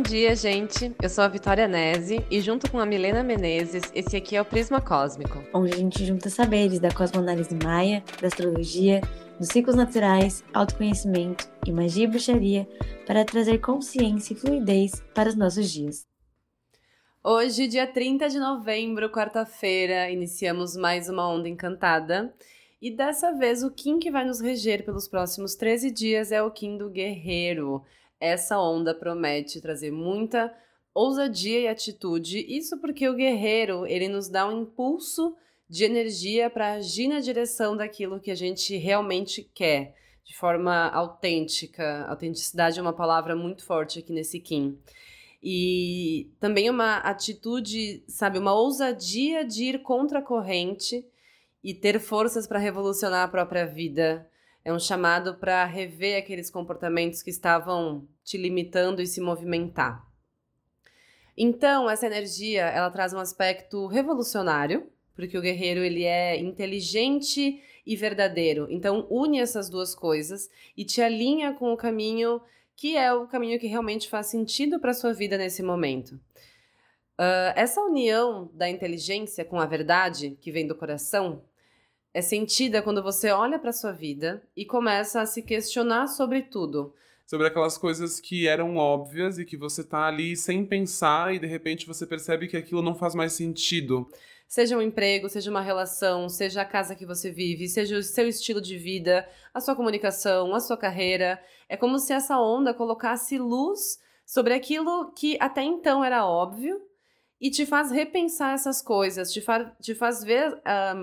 dia, gente! Eu sou a Vitória Nese e junto com a Milena Menezes, esse aqui é o Prisma Cósmico. Onde a gente junta saberes da cosmoanálise maia, da astrologia, dos ciclos naturais, autoconhecimento e magia e bruxaria para trazer consciência e fluidez para os nossos dias. Hoje, dia 30 de novembro, quarta-feira, iniciamos mais uma onda encantada. E dessa vez o Kim que vai nos reger pelos próximos 13 dias é o Kim do Guerreiro. Essa onda promete trazer muita ousadia e atitude, isso porque o guerreiro, ele nos dá um impulso de energia para agir na direção daquilo que a gente realmente quer, de forma autêntica. Autenticidade é uma palavra muito forte aqui nesse Kim. E também uma atitude, sabe, uma ousadia de ir contra a corrente e ter forças para revolucionar a própria vida. É um chamado para rever aqueles comportamentos que estavam te limitando e se movimentar. Então, essa energia, ela traz um aspecto revolucionário, porque o guerreiro, ele é inteligente e verdadeiro. Então, une essas duas coisas e te alinha com o caminho que é o caminho que realmente faz sentido para a sua vida nesse momento. Essa união da inteligência com a verdade, que vem do coração, é sentida quando você olha para sua vida e começa a se questionar sobre tudo. Sobre aquelas coisas que eram óbvias e que você tá ali sem pensar e de repente você percebe que aquilo não faz mais sentido. Seja um emprego, seja uma relação, seja a casa que você vive, seja o seu estilo de vida, a sua comunicação, a sua carreira. É como se essa onda colocasse luz sobre aquilo que até então era óbvio e te faz repensar essas coisas, te faz ver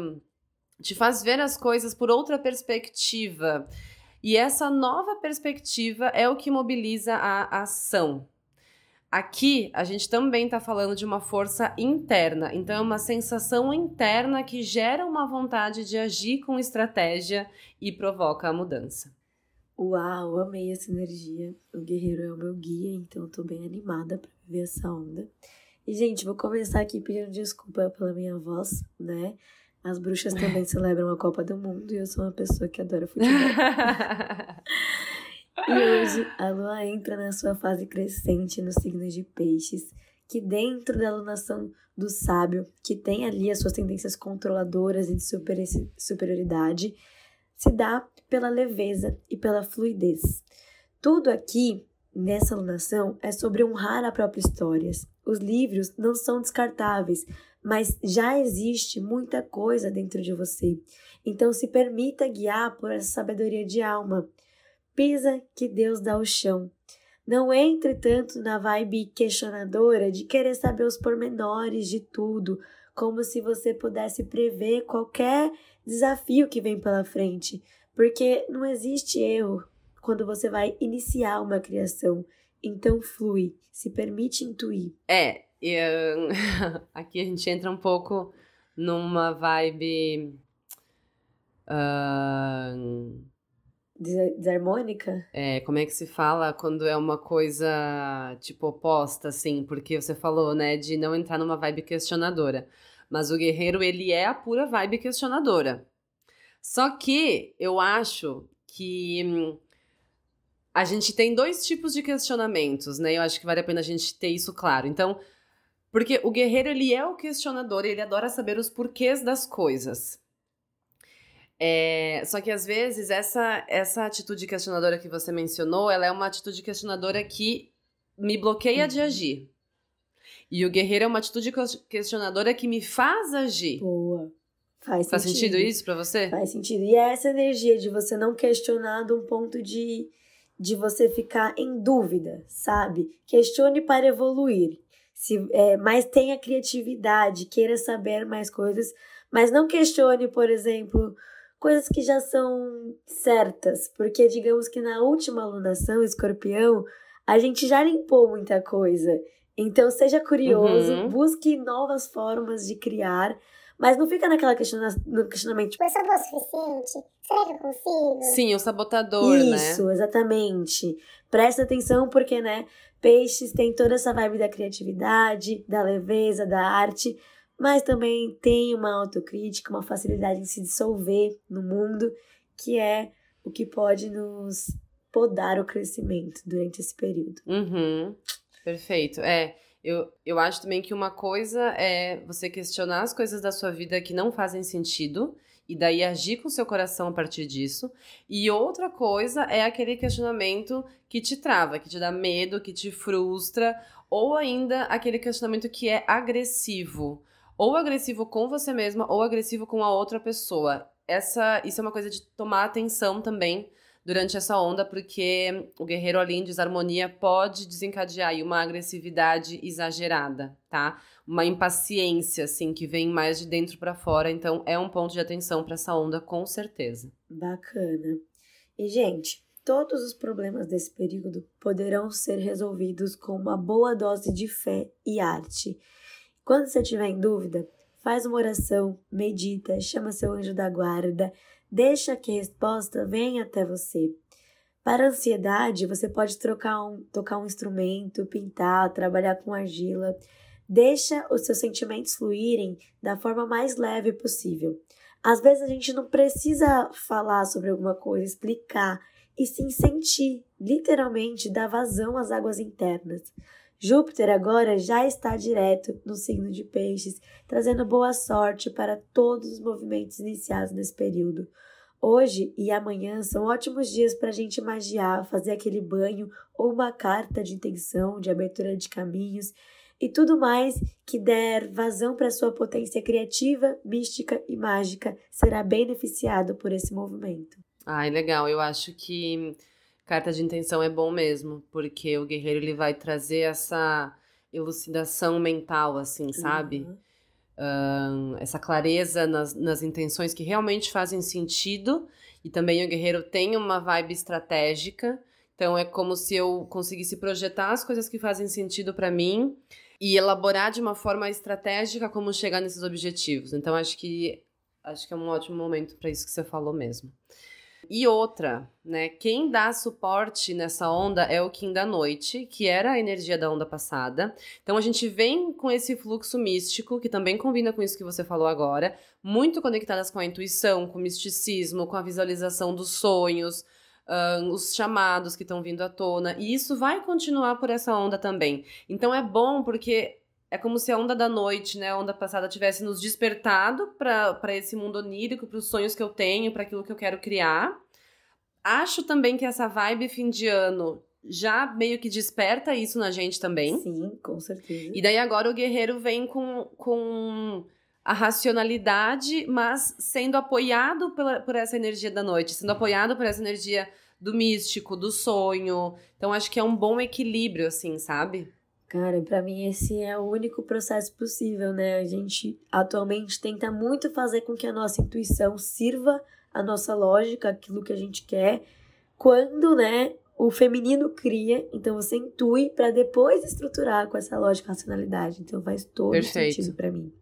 as coisas por outra perspectiva. E essa nova perspectiva é o que mobiliza a ação. Aqui, a gente também está falando de uma força interna. Então, é uma sensação interna que gera uma vontade de agir com estratégia e provoca a mudança. Uau, amei essa energia. O guerreiro é o meu guia, então eu tô bem animada para viver essa onda. E, gente, vou começar aqui pedindo desculpa pela minha voz, né? As bruxas também celebram a Copa do Mundo e eu sou uma pessoa que adora futebol. E hoje a lua entra na sua fase crescente no signo de peixes, que dentro da alunação do sábio, que tem ali as suas tendências controladoras e de superioridade, se dá pela leveza e pela fluidez. Tudo aqui, nessa alunação, é sobre honrar a própria história. Os livros não são descartáveis, mas já existe muita coisa dentro de você. Então se permita guiar por essa sabedoria de alma. Pisa que Deus dá o chão. Não entre tanto na vibe questionadora de querer saber os pormenores de tudo, como se você pudesse prever qualquer desafio que vem pela frente, porque não existe erro quando você vai iniciar uma criação. Então flui, se permite intuir. Aqui a gente entra um pouco numa vibe desarmônica? Como é que se fala quando é uma coisa, tipo, oposta, assim? Porque você falou, né, de não entrar numa vibe questionadora. Mas o guerreiro, ele é a pura vibe questionadora. Só que eu acho que a gente tem dois tipos de questionamentos, né? Eu acho que vale a pena a gente ter isso claro. Então, porque o guerreiro, ele é o questionador, ele adora saber os porquês das coisas. Só que às vezes essa atitude questionadora que você mencionou, ela é uma atitude questionadora que me bloqueia de agir. E o guerreiro é uma atitude questionadora que me faz agir. Boa. Faz sentido isso pra você? Faz sentido. E é essa energia de você não questionar de um ponto de você ficar em dúvida, sabe? Questione para evoluir. Mas tenha criatividade, queira saber mais coisas, mas não questione, por exemplo, coisas que já são certas, porque digamos que na última alunação, Escorpião, a gente já limpou muita coisa. Então seja curioso, busque novas formas de criar, mas não fica no questionamento, tipo, eu sou boa o suficiente? Será que eu consigo? Sim, o sabotador, né? Isso, exatamente. Presta atenção porque, né, peixes tem toda essa vibe da criatividade, da leveza, da arte, mas também tem uma autocrítica, uma facilidade em se dissolver no mundo, que é o que pode nos podar o crescimento durante esse período. Perfeito. Eu acho também que uma coisa é você questionar as coisas da sua vida que não fazem sentido e daí agir com o seu coração a partir disso. E outra coisa é aquele questionamento que te trava, que te dá medo, que te frustra, ou ainda aquele questionamento que é agressivo. Ou agressivo com você mesma, ou agressivo com a outra pessoa. Isso é uma coisa de tomar atenção também durante essa onda, porque o guerreiro ali em desarmonia pode desencadear aí uma agressividade exagerada, tá? Uma impaciência, assim, que vem mais de dentro pra fora. Então, é um ponto de atenção pra essa onda, com certeza. Bacana. E, gente, todos os problemas desse período poderão ser resolvidos com uma boa dose de fé e arte. Quando você estiver em dúvida, faz uma oração, medita, chama seu anjo da guarda, deixa que a resposta venha até você. Para a ansiedade, você pode tocar um instrumento, pintar, trabalhar com argila. Deixa os seus sentimentos fluírem da forma mais leve possível. Às vezes a gente não precisa falar sobre alguma coisa, explicar, e sim sentir, literalmente dar vazão às águas internas. Júpiter agora já está direto no signo de Peixes, trazendo boa sorte para todos os movimentos iniciados nesse período. Hoje e amanhã são ótimos dias para a gente magiar, fazer aquele banho ou uma carta de intenção, de abertura de caminhos e tudo mais que der vazão para sua potência criativa, mística e mágica será beneficiado por esse movimento. Ai, legal. Eu acho que carta de intenção é bom mesmo, porque o guerreiro ele vai trazer essa elucidação mental, assim, sabe? Essa clareza nas intenções que realmente fazem sentido. E também o guerreiro tem uma vibe estratégica. Então é como se eu conseguisse projetar as coisas que fazem sentido pra mim e elaborar de uma forma estratégica como chegar nesses objetivos. Então acho que é um ótimo momento pra isso que você falou mesmo. E outra, né? Quem dá suporte nessa onda é o Kim da noite, que era a energia da onda passada. Então a gente vem com esse fluxo místico, que também combina com isso que você falou agora, muito conectadas com a intuição, com o misticismo, com a visualização dos sonhos, os chamados que estão vindo à tona. E isso vai continuar por essa onda também. Então é bom porque é como se a onda da noite, né, a onda passada, tivesse nos despertado para esse mundo onírico, para os sonhos que eu tenho, para aquilo que eu quero criar. Acho também que essa vibe fim de ano já meio que desperta isso na gente também. Sim, com certeza. E daí agora o guerreiro vem com a racionalidade, mas sendo apoiado por essa energia da noite, sendo apoiado por essa energia do místico, do sonho. Então acho que é um bom equilíbrio, assim, sabe? Cara, pra mim esse é o único processo possível, né? A gente atualmente tenta muito fazer com que a nossa intuição sirva a nossa lógica, aquilo que a gente quer, quando, né, o feminino cria, então você intui pra depois estruturar com essa lógica e racionalidade. Então faz todo sentido pra mim.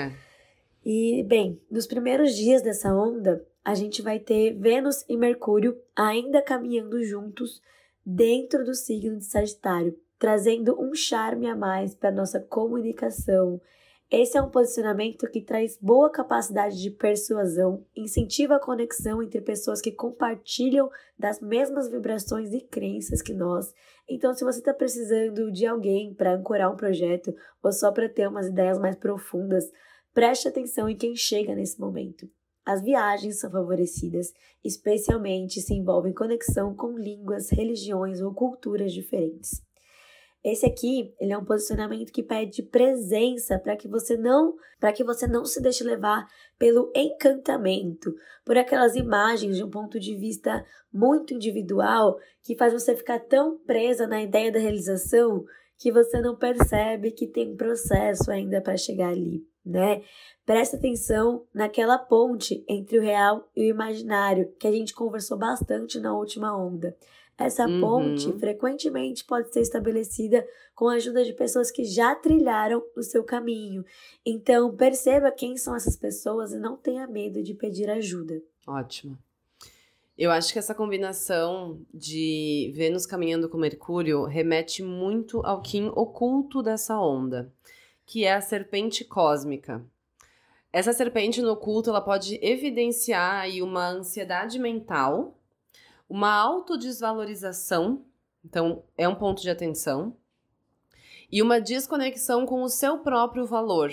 E, bem, nos primeiros dias dessa onda, a gente vai ter Vênus e Mercúrio ainda caminhando juntos dentro do signo de Sagitário, trazendo um charme a mais para nossa comunicação. Esse é um posicionamento que traz boa capacidade de persuasão, incentiva a conexão entre pessoas que compartilham das mesmas vibrações e crenças que nós. Então, se você está precisando de alguém para ancorar um projeto ou só para ter umas ideias mais profundas, preste atenção em quem chega nesse momento. As viagens são favorecidas, especialmente se envolvem conexão com línguas, religiões ou culturas diferentes. Esse aqui, ele é um posicionamento que pede presença para que você não se deixe levar pelo encantamento, por aquelas imagens de um ponto de vista muito individual que faz você ficar tão presa na ideia da realização que você não percebe que tem um processo ainda para chegar ali, né? Presta atenção naquela ponte entre o real e o imaginário, que a gente conversou bastante na última onda. Essa ponte, frequentemente, pode ser estabelecida com a ajuda de pessoas que já trilharam o seu caminho. Então, perceba quem são essas pessoas e não tenha medo de pedir ajuda. Ótimo. Eu acho que essa combinação de Vênus caminhando com Mercúrio remete muito ao Kim oculto dessa onda, que é a serpente cósmica. Essa serpente no oculto, ela pode evidenciar aí uma ansiedade mental, uma autodesvalorização, então é um ponto de atenção, e uma desconexão com o seu próprio valor.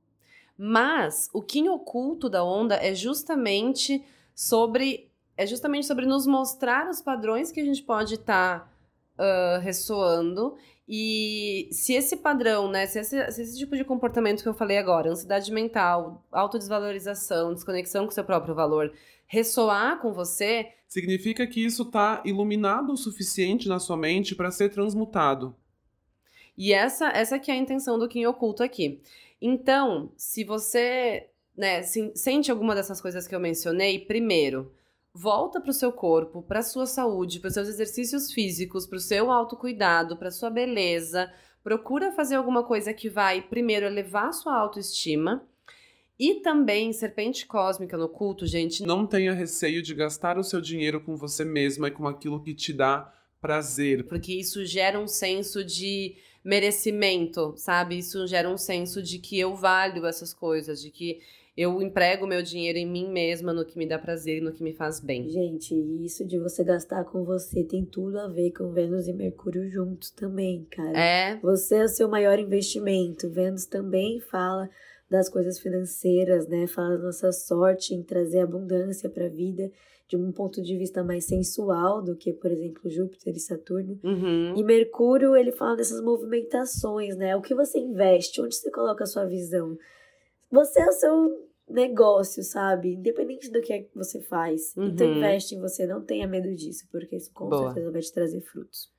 Mas o Kim oculto da onda é justamente sobre nos mostrar os padrões que a gente pode estar ressoando. E se esse padrão, né, se esse tipo de comportamento que eu falei agora, ansiedade mental, autodesvalorização, desconexão com o seu próprio valor, ressoar com você, significa que isso tá iluminado o suficiente na sua mente para ser transmutado. E essa que é a intenção do Kim oculto aqui. Então, se você, né, sente alguma dessas coisas que eu mencionei, primeiro, volta pro seu corpo, pra sua saúde, pros seus exercícios físicos, pro seu autocuidado, pra sua beleza. Procura fazer alguma coisa que vai, primeiro, elevar a sua autoestima. E também, serpente cósmica no culto, gente. Não tenha receio de gastar o seu dinheiro com você mesma e com aquilo que te dá prazer. Porque isso gera um senso de merecimento, sabe? Isso gera um senso de que eu valho essas coisas, de que eu emprego meu dinheiro em mim mesma, no que me dá prazer e no que me faz bem. Gente, isso de você gastar com você tem tudo a ver com Vênus e Mercúrio juntos também, cara. É. Você é o seu maior investimento. Vênus também fala das coisas financeiras, né? Fala da nossa sorte em trazer abundância para a vida de um ponto de vista mais sensual do que, por exemplo, Júpiter e Saturno. Uhum. E Mercúrio, ele fala dessas movimentações, né? O que você investe, onde você coloca a sua visão. Você é o seu negócio, sabe? Independente do que você faz. Uhum. Então investe em você, não tenha medo disso, porque isso com certeza vai te trazer frutos.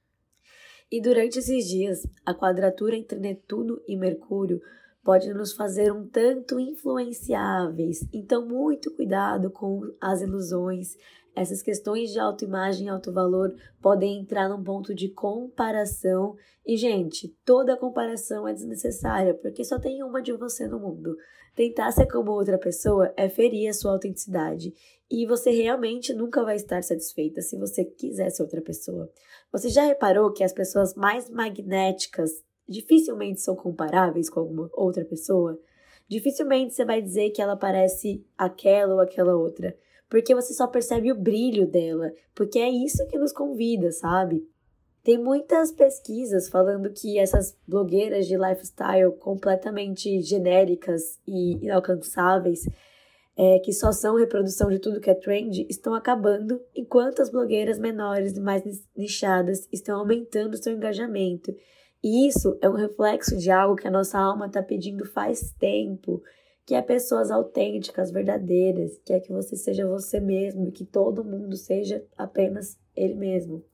E durante esses dias, a quadratura entre Netuno e Mercúrio pode nos fazer um tanto influenciáveis. Então, muito cuidado com as ilusões. Essas questões de autoimagem e autovalor podem entrar num ponto de comparação. E, gente, toda comparação é desnecessária, porque só tem uma de você no mundo. Tentar ser como outra pessoa é ferir a sua autenticidade. E você realmente nunca vai estar satisfeita se você quiser ser outra pessoa. Você já reparou que as pessoas mais magnéticas dificilmente são comparáveis com alguma outra pessoa? Dificilmente você vai dizer que ela parece aquela ou aquela outra, porque você só percebe o brilho dela, porque é isso que nos convida, sabe? Tem muitas pesquisas falando que essas blogueiras de lifestyle completamente genéricas e inalcançáveis, que só são reprodução de tudo que é trend, estão acabando, enquanto as blogueiras menores e mais nichadas estão aumentando seu engajamento. E isso é um reflexo de algo que a nossa alma está pedindo faz tempo, que é pessoas autênticas, verdadeiras, que é que você seja você mesmo, que todo mundo seja apenas ele mesmo.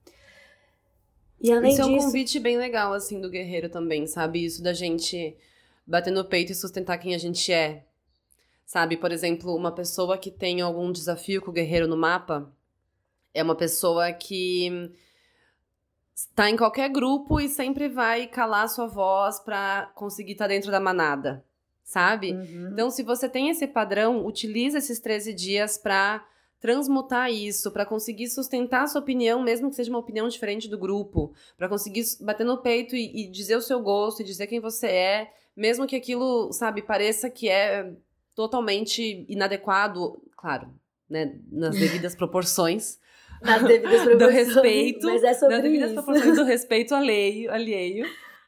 E além disso... é um disso, convite bem legal, assim, do guerreiro também, sabe? Isso da gente bater no peito e sustentar quem a gente é. Sabe, por exemplo, uma pessoa que tem algum desafio com o guerreiro no mapa é uma pessoa que tá em qualquer grupo e sempre vai calar sua voz pra conseguir estar dentro da manada, sabe? Então, se você tem esse padrão, utiliza esses 13 dias pra transmutar isso, pra conseguir sustentar a sua opinião, mesmo que seja uma opinião diferente do grupo, pra conseguir bater no peito e dizer o seu gosto, e dizer quem você é, mesmo que aquilo, sabe, pareça que é totalmente inadequado, claro, né, nas devidas proporções, nas devidas proporções do respeito, mas é sobre nas devidas isso. proporções do respeito alheio,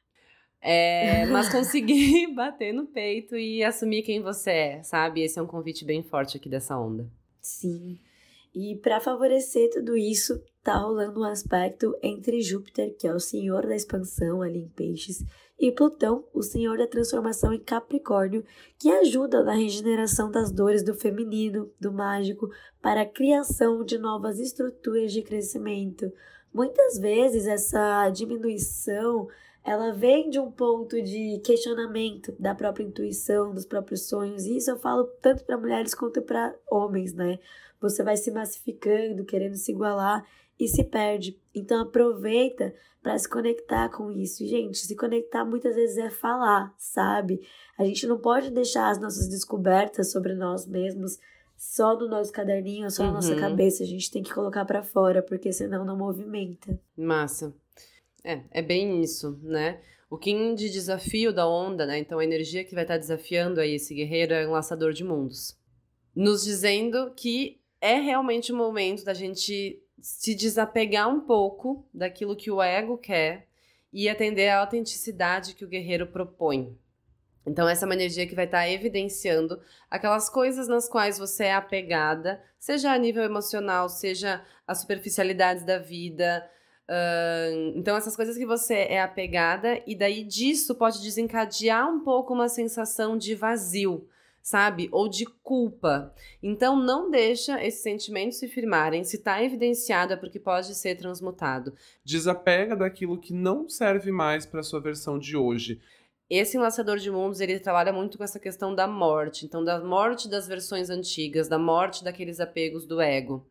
mas conseguir bater no peito e assumir quem você é, sabe? Esse é um convite bem forte aqui dessa onda. Sim, e para favorecer tudo isso, tá rolando um aspecto entre Júpiter, que é o senhor da expansão ali em Peixes, e Plutão, o senhor da transformação em Capricórnio, que ajuda na regeneração das dores do feminino, do mágico, para a criação de novas estruturas de crescimento. Muitas vezes essa diminuição, ela vem de um ponto de questionamento da própria intuição, dos próprios sonhos, e isso eu falo tanto para mulheres quanto para homens, né? Você vai se massificando, querendo se igualar e se perde. Então aproveita para se conectar com isso. Gente, se conectar muitas vezes é falar, sabe? A gente não pode deixar as nossas descobertas sobre nós mesmos só no nosso caderninho, só na nossa cabeça. A gente tem que colocar para fora, porque senão não movimenta. Massa. É bem isso, né? O Kim de desafio da onda, né? Então a energia que vai estar desafiando aí esse guerreiro é um laçador de mundos. Nos dizendo que é realmente o momento da gente se desapegar um pouco daquilo que o ego quer e atender à autenticidade que o guerreiro propõe. Então essa é uma energia que vai estar evidenciando aquelas coisas nas quais você é apegada, seja a nível emocional, seja as superficialidades da vida. Então essas coisas que você é apegada, e daí disso pode desencadear um pouco uma sensação de vazio, sabe? Ou de culpa. Então não deixa esses sentimentos se firmarem. Se está evidenciado é porque pode ser transmutado. Desapega daquilo que não serve mais para sua versão de hoje. Esse Enlaçador de Mundos, ele trabalha muito com essa questão da morte. Então, da morte das versões antigas, da morte daqueles apegos do ego.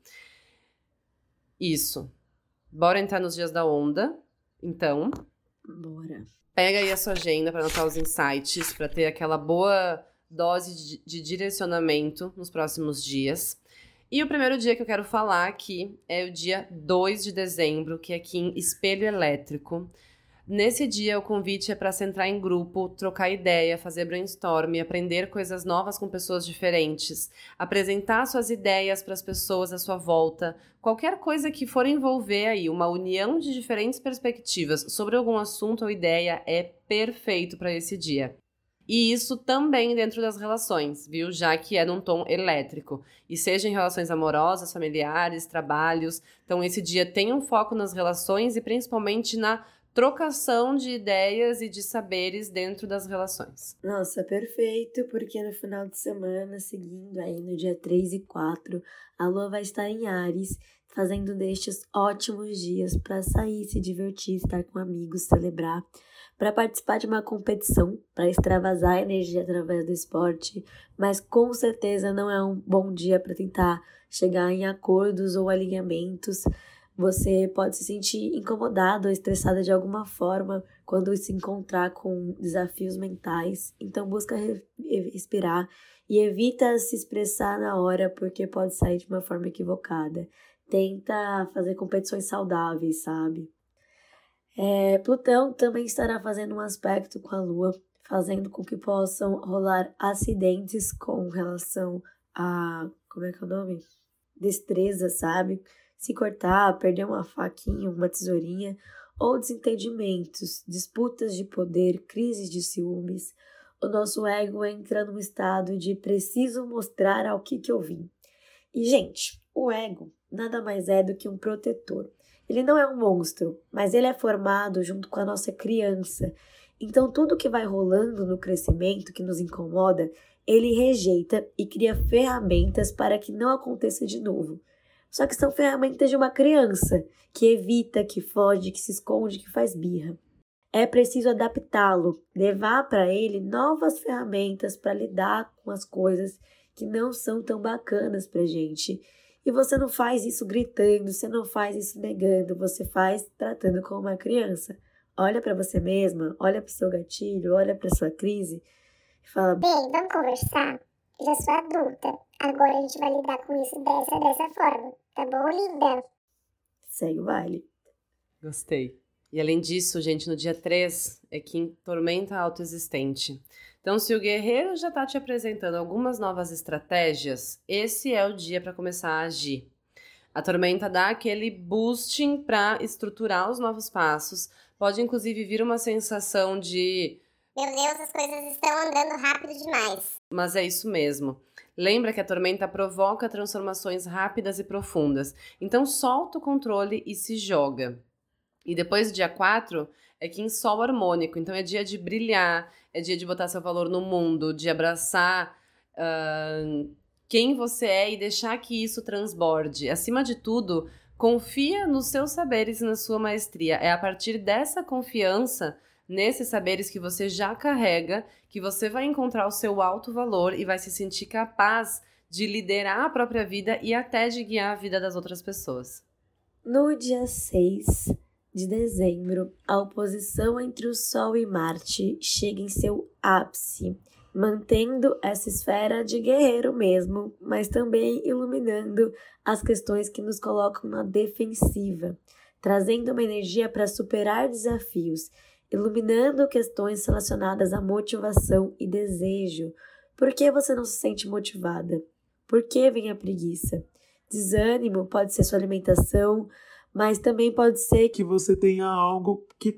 Isso. Bora entrar nos dias da onda, então. Bora. Pega aí a sua agenda para anotar os insights, para ter aquela boa dose de direcionamento nos próximos dias. E o primeiro dia que eu quero falar aqui é o dia 2 de dezembro, que é aqui em Espelho Elétrico. Nesse dia, o convite é para se entrar em grupo, trocar ideia, fazer brainstorm, aprender coisas novas com pessoas diferentes, apresentar suas ideias para as pessoas à sua volta, qualquer coisa que for envolver aí uma união de diferentes perspectivas sobre algum assunto ou ideia é perfeito para esse dia. E isso também dentro das relações, viu? Já que é num tom elétrico. E seja em relações amorosas, familiares, trabalhos. Então esse dia tem um foco nas relações e principalmente na trocação de ideias e de saberes dentro das relações. Nossa, perfeito, porque no final de semana, seguindo aí no dia 3 e 4, a Lua vai estar em Áries, fazendo destes ótimos dias para sair, se divertir, estar com amigos, celebrar, para participar de uma competição, para extravasar a energia através do esporte, mas com certeza não é um bom dia para tentar chegar em acordos ou alinhamentos. Você pode se sentir incomodado ou estressada de alguma forma quando se encontrar com desafios mentais. Então busca respirar e evita se expressar na hora porque pode sair de uma forma equivocada. Tenta fazer competições saudáveis, sabe? Plutão também estará fazendo um aspecto com a Lua, fazendo com que possam rolar acidentes com relação a... como é que é o nome? Destreza, sabe? Se cortar, perder uma faquinha, uma tesourinha, ou desentendimentos, disputas de poder, crises de ciúmes. O nosso ego entra num estado de preciso mostrar ao que eu vim. E, gente, o ego nada mais é do que um protetor. Ele não é um monstro, mas ele é formado junto com a nossa criança. Então, tudo que vai rolando no crescimento, que nos incomoda, ele rejeita e cria ferramentas para que não aconteça de novo. Só que são ferramentas de uma criança, que evita, que foge, que se esconde, que faz birra. É preciso adaptá-lo, levar para ele novas ferramentas para lidar com as coisas que não são tão bacanas pra gente. E você não faz isso gritando, você não faz isso negando, você faz tratando como uma criança. Olha para você mesma, olha para o seu gatilho, olha para sua crise e fala: Bem, vamos conversar? Eu já sou adulta. Agora a gente vai lidar com isso dessa forma. Tá bom, linda? Segue o baile. Gostei. E além disso, gente, no dia 3 é que tormenta autoexistente. Então, se o guerreiro já tá te apresentando algumas novas estratégias, esse é o dia para começar a agir. A tormenta dá aquele boosting para estruturar os novos passos. Pode, inclusive, vir uma sensação de... Meu Deus, as coisas estão andando rápido demais. Mas é isso mesmo. Lembra que a tormenta provoca transformações rápidas e profundas. Então, solta o controle e se joga. E depois do dia 4 é que em sol harmônico. Então, é dia de brilhar, é dia de botar seu valor no mundo, de abraçar quem você é e deixar que isso transborde. Acima de tudo, confia nos seus saberes e na sua maestria. É a partir dessa confiança nesses saberes que você já carrega que você vai encontrar o seu alto valor e vai se sentir capaz de liderar a própria vida e até de guiar a vida das outras pessoas. No dia 6 de dezembro, a oposição entre o Sol e Marte chega em seu ápice, mantendo essa esfera de guerreiro mesmo, mas também iluminando as questões que nos colocam na defensiva, trazendo uma energia para superar desafios, iluminando questões relacionadas à motivação e desejo. Por que você não se sente motivada? Por que vem a preguiça? Desânimo pode ser sua alimentação, mas também pode ser que você tenha algo que está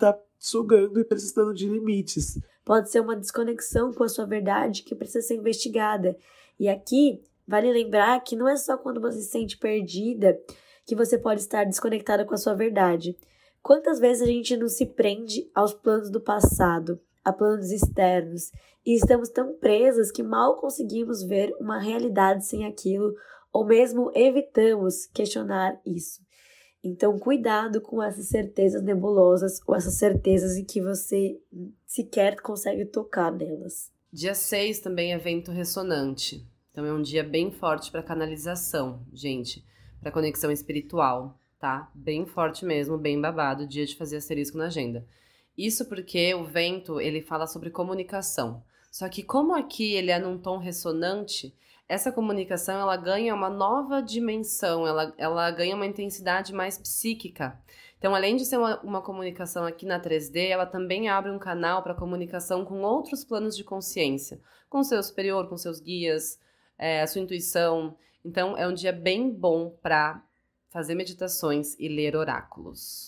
sugando e precisando de limites. Pode ser uma desconexão com a sua verdade que precisa ser investigada. E aqui, vale lembrar que não é só quando você se sente perdida que você pode estar desconectada com a sua verdade. Quantas vezes a gente não se prende aos planos do passado, a planos externos, e estamos tão presas que mal conseguimos ver uma realidade sem aquilo, ou mesmo evitamos questionar isso. Então, cuidado com essas certezas nebulosas ou essas certezas em que você sequer consegue tocar nelas. Dia 6 também é vento ressonante. Então, é um dia bem forte para canalização, gente, para conexão espiritual, tá? Bem forte mesmo, bem babado, dia de fazer asterisco na agenda. Isso porque o vento, ele fala sobre comunicação. Só que como aqui ele é num tom ressonante, essa comunicação ela ganha uma nova dimensão, ela ganha uma intensidade mais psíquica. Então, além de ser uma comunicação aqui na 3D, ela também abre um canal para comunicação com outros planos de consciência, com o seu superior, com seus guias, a sua intuição. Então, é um dia bem bom para fazer meditações e ler oráculos.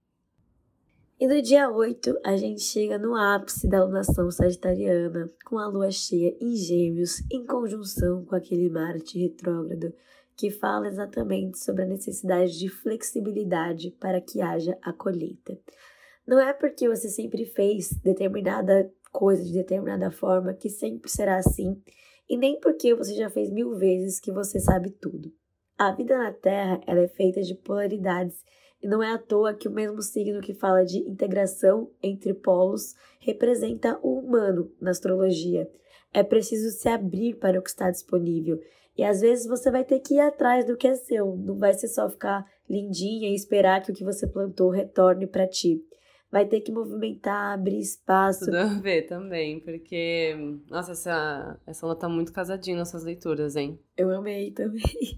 E no dia 8, a gente chega no ápice da alunação sagitariana, com a lua cheia em Gêmeos, em conjunção com aquele Marte retrógrado, que fala exatamente sobre a necessidade de flexibilidade para que haja a colheita. Não é porque você sempre fez determinada coisa de determinada forma que sempre será assim, e nem porque você já fez 1000 vezes que você sabe tudo. A vida na Terra ela é feita de polaridades, e não é à toa que o mesmo signo que fala de integração entre polos representa o humano na astrologia. É preciso se abrir para o que está disponível. E às vezes você vai ter que ir atrás do que é seu. Não vai ser só ficar lindinha e esperar que o que você plantou retorne para ti. Vai ter que movimentar, abrir espaço. Tudo a ver também, porque... Nossa, essa aula tá muito casadinha nessas leituras, hein? Eu amei também.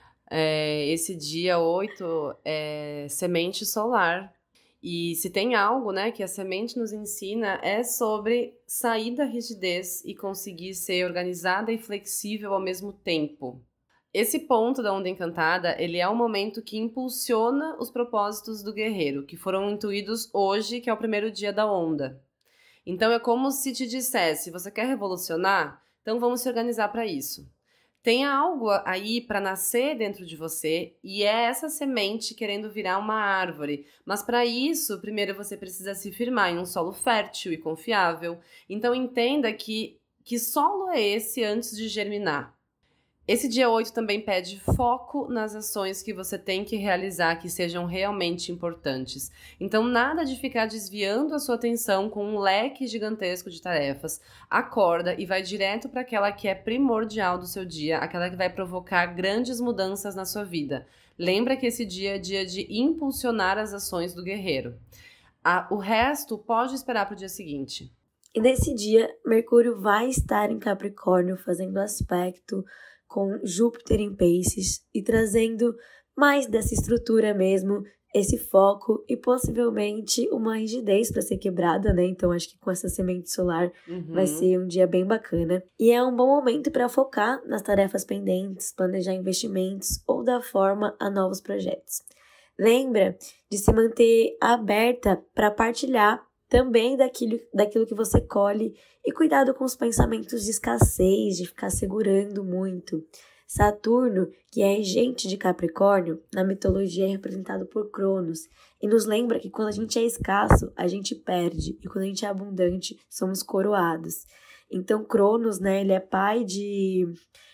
Esse dia 8 é semente solar. E se tem algo, né, que a semente nos ensina é sobre sair da rigidez e conseguir ser organizada e flexível ao mesmo tempo. Esse ponto da onda encantada, ele é um momento que impulsiona os propósitos do guerreiro, que foram intuídos hoje, que é o primeiro dia da onda. Então é como se te dissesse, você quer revolucionar? Então vamos se organizar para isso. Tem algo aí para nascer dentro de você e é essa semente querendo virar uma árvore. Mas para isso, primeiro você precisa se firmar em um solo fértil e confiável. Então entenda que solo é esse antes de germinar. Esse dia 8 também pede foco nas ações que você tem que realizar que sejam realmente importantes. Então, nada de ficar desviando a sua atenção com um leque gigantesco de tarefas. Acorda e vai direto para aquela que é primordial do seu dia, aquela que vai provocar grandes mudanças na sua vida. Lembra que esse dia é dia de impulsionar as ações do guerreiro. O resto pode esperar para o dia seguinte. E nesse dia, Mercúrio vai estar em Capricórnio fazendo aspecto com Júpiter em Peixes e trazendo mais dessa estrutura mesmo, esse foco e possivelmente uma rigidez para ser quebrada, né? Então acho que com essa semente solar vai ser um dia bem bacana. E é um bom momento para focar nas tarefas pendentes, planejar investimentos ou dar forma a novos projetos. Lembra de se manter aberta para partilhar também daquilo que você colhe e cuidado com os pensamentos de escassez, de ficar segurando muito. Saturno, que é regente de Capricórnio, na mitologia é representado por Cronos e nos lembra que quando a gente é escasso, a gente perde e quando a gente é abundante, somos coroados. Então Cronos, né, ele é pai de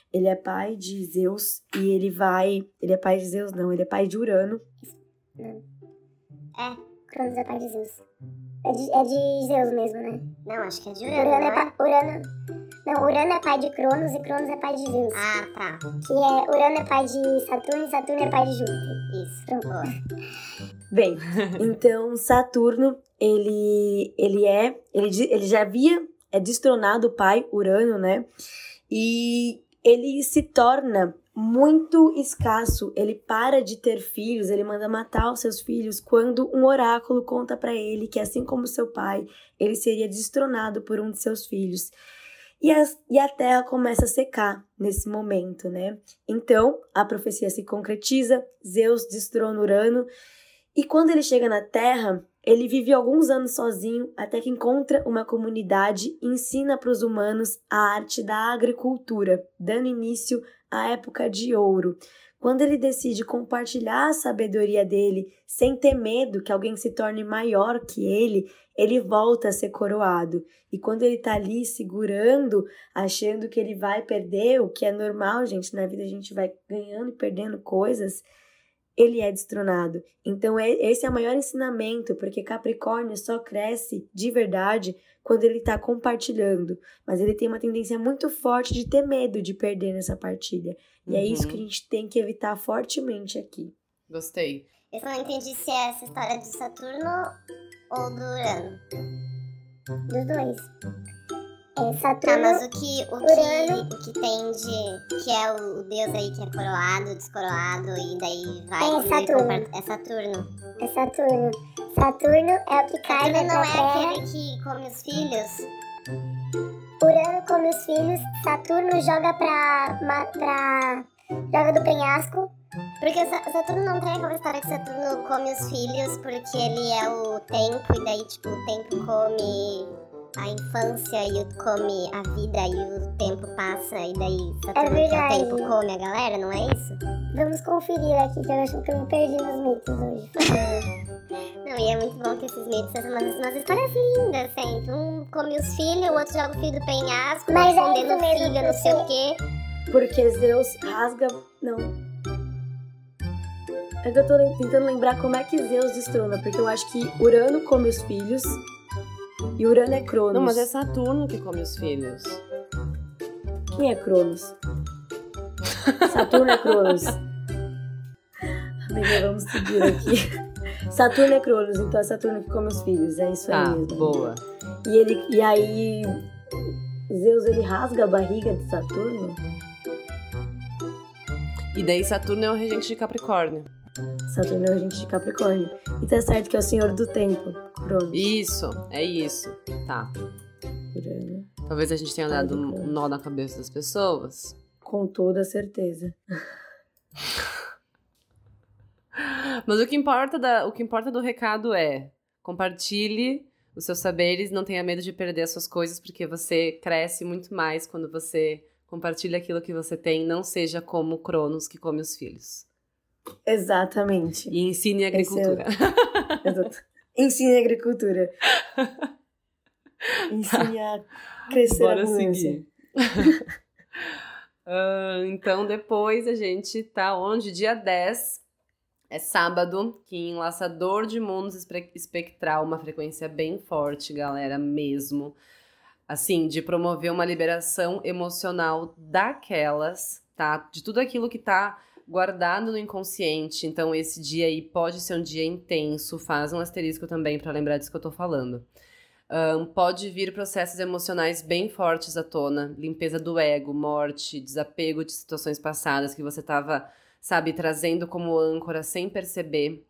Zeus e ele é pai de Zeus não, ele é pai de Urano. Cronos é pai de Zeus. É de Zeus mesmo, né? Não, acho que é de Urano. Urano é pai de Cronos e Cronos é pai de Zeus. Ah, tá. Que Urano é pai de Saturno e Saturno é pai de Júpiter. Isso. Pronto. Bem, então Saturno, ele já havia destronado o pai Urano, né? E ele se torna muito escasso, ele para de ter filhos, ele manda matar os seus filhos quando um oráculo conta para ele que assim como seu pai, ele seria destronado por um de seus filhos. E a terra começa a secar nesse momento, né? Então, a profecia se concretiza, Zeus destrona Urano, e quando ele chega na terra, Ele vive alguns anos sozinho até que encontra uma comunidade e ensina para os humanos a arte da agricultura, dando início à época de ouro. Quando ele decide compartilhar a sabedoria dele sem ter medo que alguém se torne maior que ele volta a ser coroado. E quando ele tá ali segurando, achando que ele vai perder, o que é normal, gente, na vida a gente vai ganhando e perdendo coisas, ele é destronado. Então esse é o maior ensinamento, porque Capricórnio só cresce de verdade quando ele tá compartilhando. Mas ele tem uma tendência muito forte de ter medo de perder nessa partilha. E é isso que a gente tem que evitar fortemente aqui. Gostei. Eu só não entendi se é essa história de Saturno ou do Urano. Dos dois. É Tá, Saturno, mas o que Urano. tem de... Que é o deus aí que é coroado, descoroado e daí vai... É e Saturno. É Saturno. É Saturno. Saturno é o que cai Saturno na não é Terra. aquele que come os filhos? Urano come os filhos. Saturno joga joga do penhasco. Porque Saturno não tem aquela história que Saturno come os filhos porque ele é o tempo e daí, tipo, o tempo come a infância e come a vida e o tempo passa e daí Saturno, que é o verdade. tempo, come a galera, não é isso? Vamos conferir aqui, que eu acho que eu me perdi nos mitos hoje. Não, e é muito bom que esses mitos são umas histórias lindas sempre. Um come os filhos, o outro joga o filho do penhasco, Mas é escondendo isso o mesmo, filho, não sei o quê. Porque Zeus rasga... Não. É que eu tô tentando lembrar como é que Zeus destrona, porque eu acho que Urano come os filhos e Urano é Cronos. Não, mas é Saturno que come os filhos. Quem é Cronos? Saturno é Cronos. Amiga, vamos seguir aqui. Saturno é Cronos, então é Saturno que come os filhos, é isso aí Tá, mesmo. boa. E aí Zeus, ele rasga a barriga de Saturno? E daí Saturno é o regente de Capricórnio. Saturno é o regente de Capricórnio. E tá certo que é o senhor do tempo, Cronos. Isso, é isso. Tá. Urano. Talvez a gente tenha dado um nó na cabeça das pessoas. Com toda certeza. Mas o que importa do recado é: compartilhe os seus saberes, não tenha medo de perder as suas coisas, porque você cresce muito mais quando você compartilha aquilo que você tem, não seja como Cronos que come os filhos. Exatamente. E ensine a agricultura. Exato. Ensine a agricultura. Ensine a crescer a Bora abundância. seguir. Então, depois a gente tá onde? Dia 10 é sábado, que em Laçador de Mundos Espectral, uma frequência bem forte, galera, mesmo. Assim, de promover uma liberação emocional daquelas, tá? De tudo aquilo que tá guardado no inconsciente. Então, esse dia aí pode ser um dia intenso. Faz um asterisco também pra lembrar disso que eu tô falando. Pode vir processos emocionais bem fortes à tona. Limpeza do ego, morte, desapego de situações passadas que você tava, sabe, trazendo como âncora sem perceber.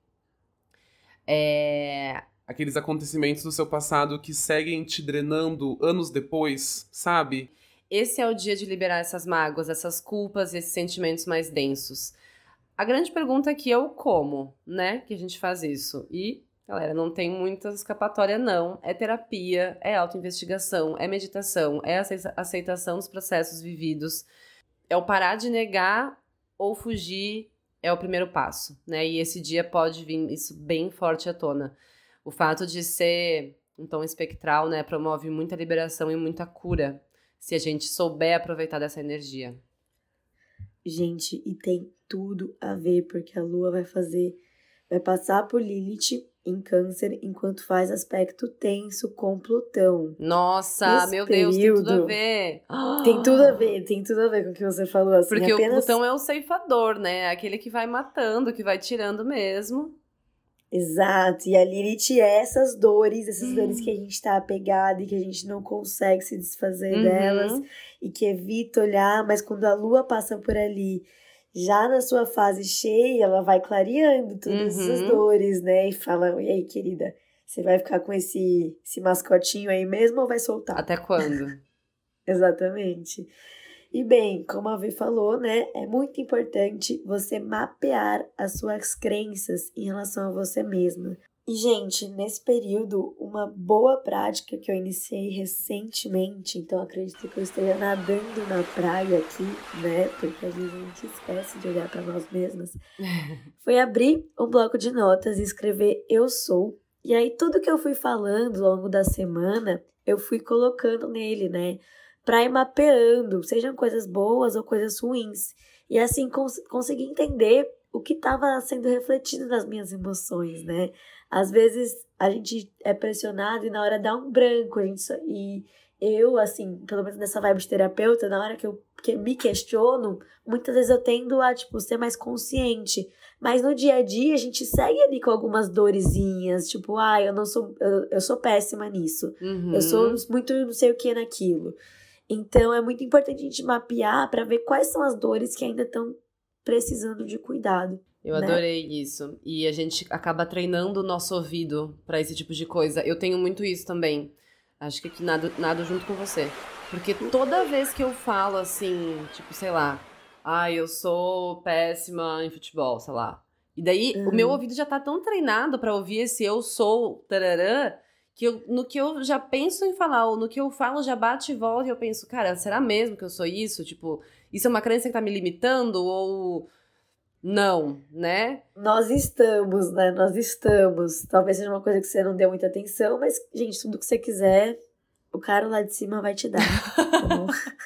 Aqueles acontecimentos do seu passado que seguem te drenando anos depois, sabe? Esse é o dia de liberar essas mágoas, essas culpas, esses sentimentos mais densos. A grande pergunta aqui é o como, né, que a gente faz isso. E, galera, não tem muita escapatória, não. É terapia, é autoinvestigação, é meditação, é aceitação dos processos vividos. É o parar de negar ou fugir, é o primeiro passo, né? E esse dia pode vir isso bem forte à tona. O fato de ser um tom espectral, né, promove muita liberação e muita cura, se a gente souber aproveitar dessa energia. Gente, e tem tudo a ver, porque a Lua vai passar por Lilith em Câncer, enquanto faz aspecto tenso com Plutão. Nossa, Esse meu Deus, tem tudo a período ver. Tem tudo a ver com o que você falou, assim. Porque apenas... o Plutão é o ceifador, né? Aquele que vai matando, que vai tirando mesmo. Exato, e a Lilith é essas dores que a gente tá apegado e que a gente não consegue se desfazer delas e que evita olhar, mas quando a Lua passa por ali, já na sua fase cheia, ela vai clareando todas essas dores, né? E fala, e aí, querida, você vai ficar com esse mascotinho aí mesmo ou vai soltar? Até quando? Exatamente. E bem, como a Vi falou, né, é muito importante você mapear as suas crenças em relação a você mesma. E, gente, nesse período, uma boa prática que eu iniciei recentemente, então acredito que eu esteja nadando na praia aqui, né? Porque às vezes a gente esquece de olhar para nós mesmas. Foi abrir um bloco de notas e escrever eu sou. E aí tudo que eu fui falando ao longo da semana, eu fui colocando nele, né? Pra ir mapeando, sejam coisas boas ou coisas ruins. E assim consegui entender o que estava sendo refletido nas minhas emoções, né? Às vezes a gente é pressionado e na hora dá um branco, e eu, assim, pelo menos nessa vibe de terapeuta, na hora que eu me questiono, muitas vezes eu tendo a, tipo, ser mais consciente. Mas no dia a dia a gente segue ali com algumas dorezinhas, tipo, eu sou péssima nisso. Eu sou muito não sei o que naquilo. Então é muito importante a gente mapear para ver quais são as dores que ainda estão precisando de cuidado. Eu adorei isso. E a gente acaba treinando o nosso ouvido pra esse tipo de coisa. Eu tenho muito isso também. Acho que nado junto com você. Porque toda vez que eu falo assim, tipo, sei lá, eu sou péssima em futebol, sei lá. E daí o meu ouvido já tá tão treinado pra ouvir esse eu sou tararã, que no que eu já penso em falar, ou no que eu falo já bate e volta e eu penso, cara, será mesmo que eu sou isso? Tipo, isso é uma crença que tá me limitando ou não, né? Nós estamos, né? Nós estamos. Talvez seja uma coisa que você não deu muita atenção, mas, gente, tudo que você quiser, o cara lá de cima vai te dar. Tá bom?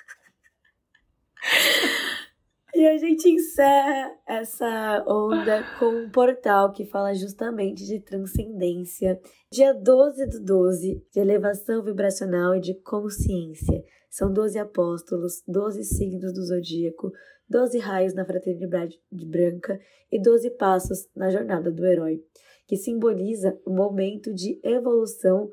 E a gente encerra essa onda com um portal que fala justamente de transcendência. Dia 12/12, de elevação vibracional e de consciência. São 12 apóstolos, 12 signos do zodíaco, 12 raios na fraternidade branca e 12 passos na jornada do herói, que simboliza um momento de evolução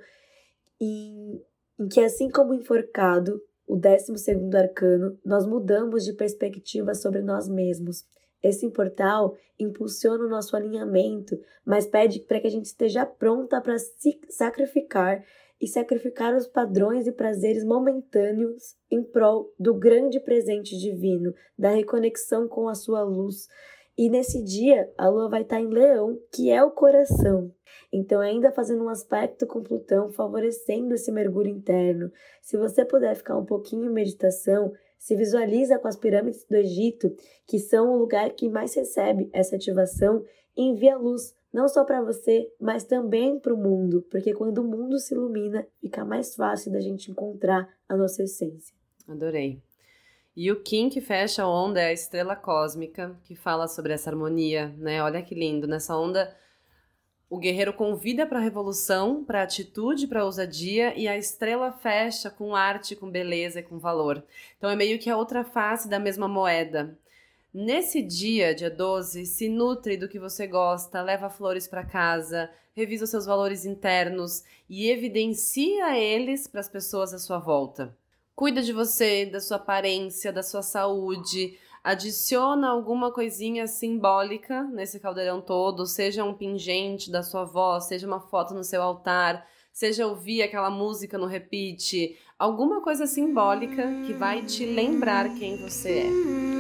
em que, assim como o enforcado, o 12º arcano, nós mudamos de perspectiva sobre nós mesmos. Esse portal impulsiona o nosso alinhamento, mas pede para que a gente esteja pronta para se sacrificar e sacrificar os padrões e prazeres momentâneos em prol do grande presente divino, da reconexão com a sua luz. E nesse dia, a lua vai estar em Leão, que é o coração. Então, ainda fazendo um aspecto com Plutão, favorecendo esse mergulho interno. Se você puder ficar um pouquinho em meditação, se visualiza com as pirâmides do Egito, que são o lugar que mais recebe essa ativação, e envia luz, não só para você, mas também para o mundo, porque quando o mundo se ilumina, fica mais fácil da gente encontrar a nossa essência. Adorei. E o Kim que fecha a onda é a estrela cósmica, que fala sobre essa harmonia, né? Olha que lindo. Nessa onda, o guerreiro convida para a revolução, para a atitude, para a ousadia, e a estrela fecha com arte, com beleza e com valor. Então é meio que a outra face da mesma moeda. Nesse dia 12, se nutre do que você gosta, leva flores para casa, revisa os seus valores internos e evidencia eles para as pessoas à sua volta. Cuida de você, da sua aparência, da sua saúde, adiciona alguma coisinha simbólica nesse caldeirão todo, seja um pingente da sua avó, seja uma foto no seu altar, seja ouvir aquela música no repeat, alguma coisa simbólica que vai te lembrar quem você é.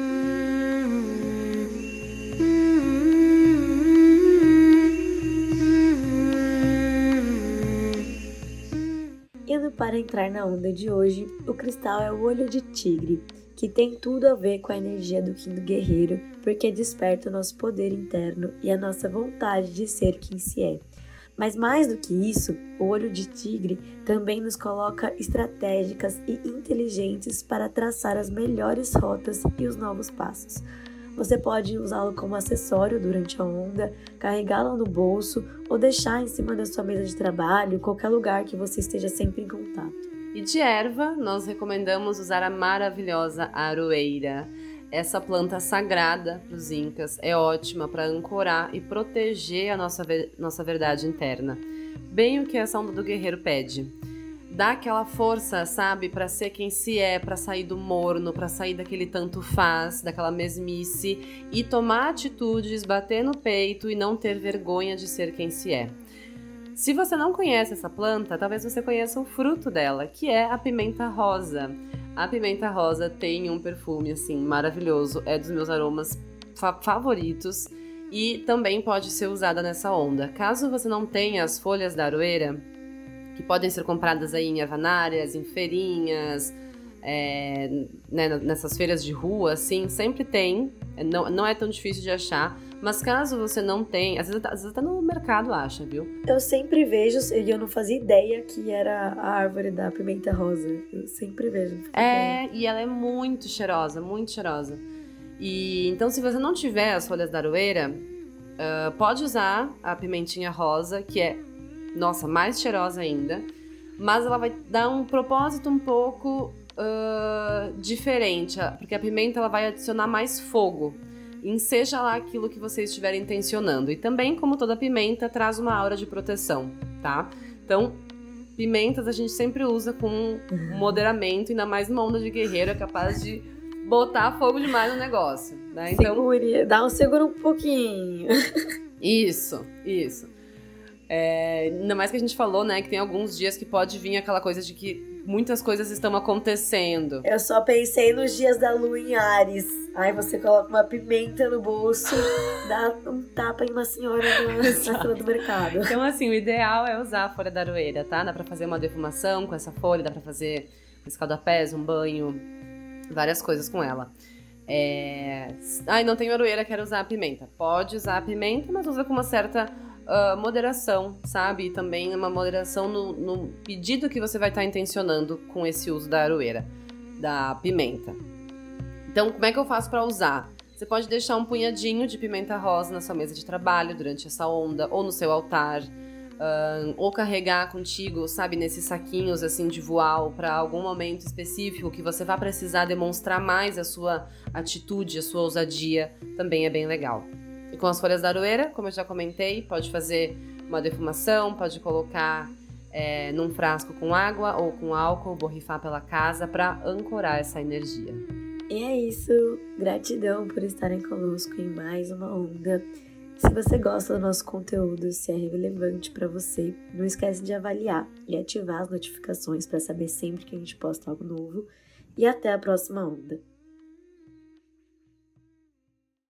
Indo para entrar na onda de hoje, o cristal é o olho de tigre, que tem tudo a ver com a energia do Kim do Guerreiro, porque desperta o nosso poder interno e a nossa vontade de ser quem se é. Mas mais do que isso, o olho de tigre também nos coloca estratégicas e inteligentes para traçar as melhores rotas e os novos passos. Você pode usá-lo como acessório durante a onda, carregá-lo no bolso ou deixar em cima da sua mesa de trabalho, qualquer lugar que você esteja sempre em contato. E de erva, nós recomendamos usar a maravilhosa aroeira. Essa planta sagrada para os incas é ótima para ancorar e proteger a nossa verdade interna. Bem o que essa onda do guerreiro pede. Dá aquela força, sabe, para ser quem se é, para sair do morno, para sair daquele tanto faz, daquela mesmice e tomar atitudes, bater no peito e não ter vergonha de ser quem se é. Se você não conhece essa planta, talvez você conheça o fruto dela, que é a pimenta rosa. A pimenta rosa tem um perfume, assim, maravilhoso, é dos meus aromas favoritos. e também pode ser usada nessa onda. Caso você não tenha as folhas da aroeira, que podem ser compradas aí em ervanárias, em feirinhas, né, nessas feiras de rua, assim, sempre tem, não é tão difícil de achar, mas caso você não tenha, às vezes até no mercado acha, viu? Eu sempre vejo, e eu não fazia ideia que era a árvore da pimenta rosa. Eu sempre vejo. Não fazia ideia. E ela é muito cheirosa, muito cheirosa. E então, se você não tiver as folhas da aroeira, pode usar a pimentinha rosa, que é, nossa, mais cheirosa ainda, mas ela vai dar um propósito um pouco diferente, porque a pimenta ela vai adicionar mais fogo, seja lá aquilo que você estiver intencionando. E também, como toda pimenta, traz uma aura de proteção, tá? Então, pimentas a gente sempre usa com moderamento, ainda mais numa onda de guerreiro, é capaz de botar fogo demais no negócio, né? Então, segure, dá um seguro um pouquinho. Isso. Ainda mais que a gente falou, né, que tem alguns dias que pode vir aquela coisa de que muitas coisas estão acontecendo. Eu só pensei nos dias da lua em Áries. Aí você coloca uma pimenta no bolso, dá um tapa em uma senhora na fila do mercado. Então, assim, o ideal é usar a folha da aroeira, tá? Dá pra fazer uma defumação com essa folha, dá pra fazer um escaldapés, um banho, várias coisas com ela. Não tenho aroeira, quero usar a pimenta. Pode usar a pimenta, mas usa com uma certa moderação, sabe? E também uma moderação no pedido que você vai estar intencionando com esse uso da aroeira, da pimenta. Então, como é que eu faço para usar? Você pode deixar um punhadinho de pimenta rosa na sua mesa de trabalho durante essa onda, ou no seu altar, ou carregar contigo, sabe, nesses saquinhos assim de voal para algum momento específico que você vai precisar demonstrar mais a sua atitude, a sua ousadia, também é bem legal. E com as folhas da aroeira, como eu já comentei, pode fazer uma defumação, pode colocar num frasco com água ou com álcool, borrifar pela casa para ancorar essa energia. E é isso. Gratidão por estarem conosco em mais uma onda. Se você gosta do nosso conteúdo, se é relevante para você, não esquece de avaliar e ativar as notificações para saber sempre que a gente posta algo novo. E até a próxima onda.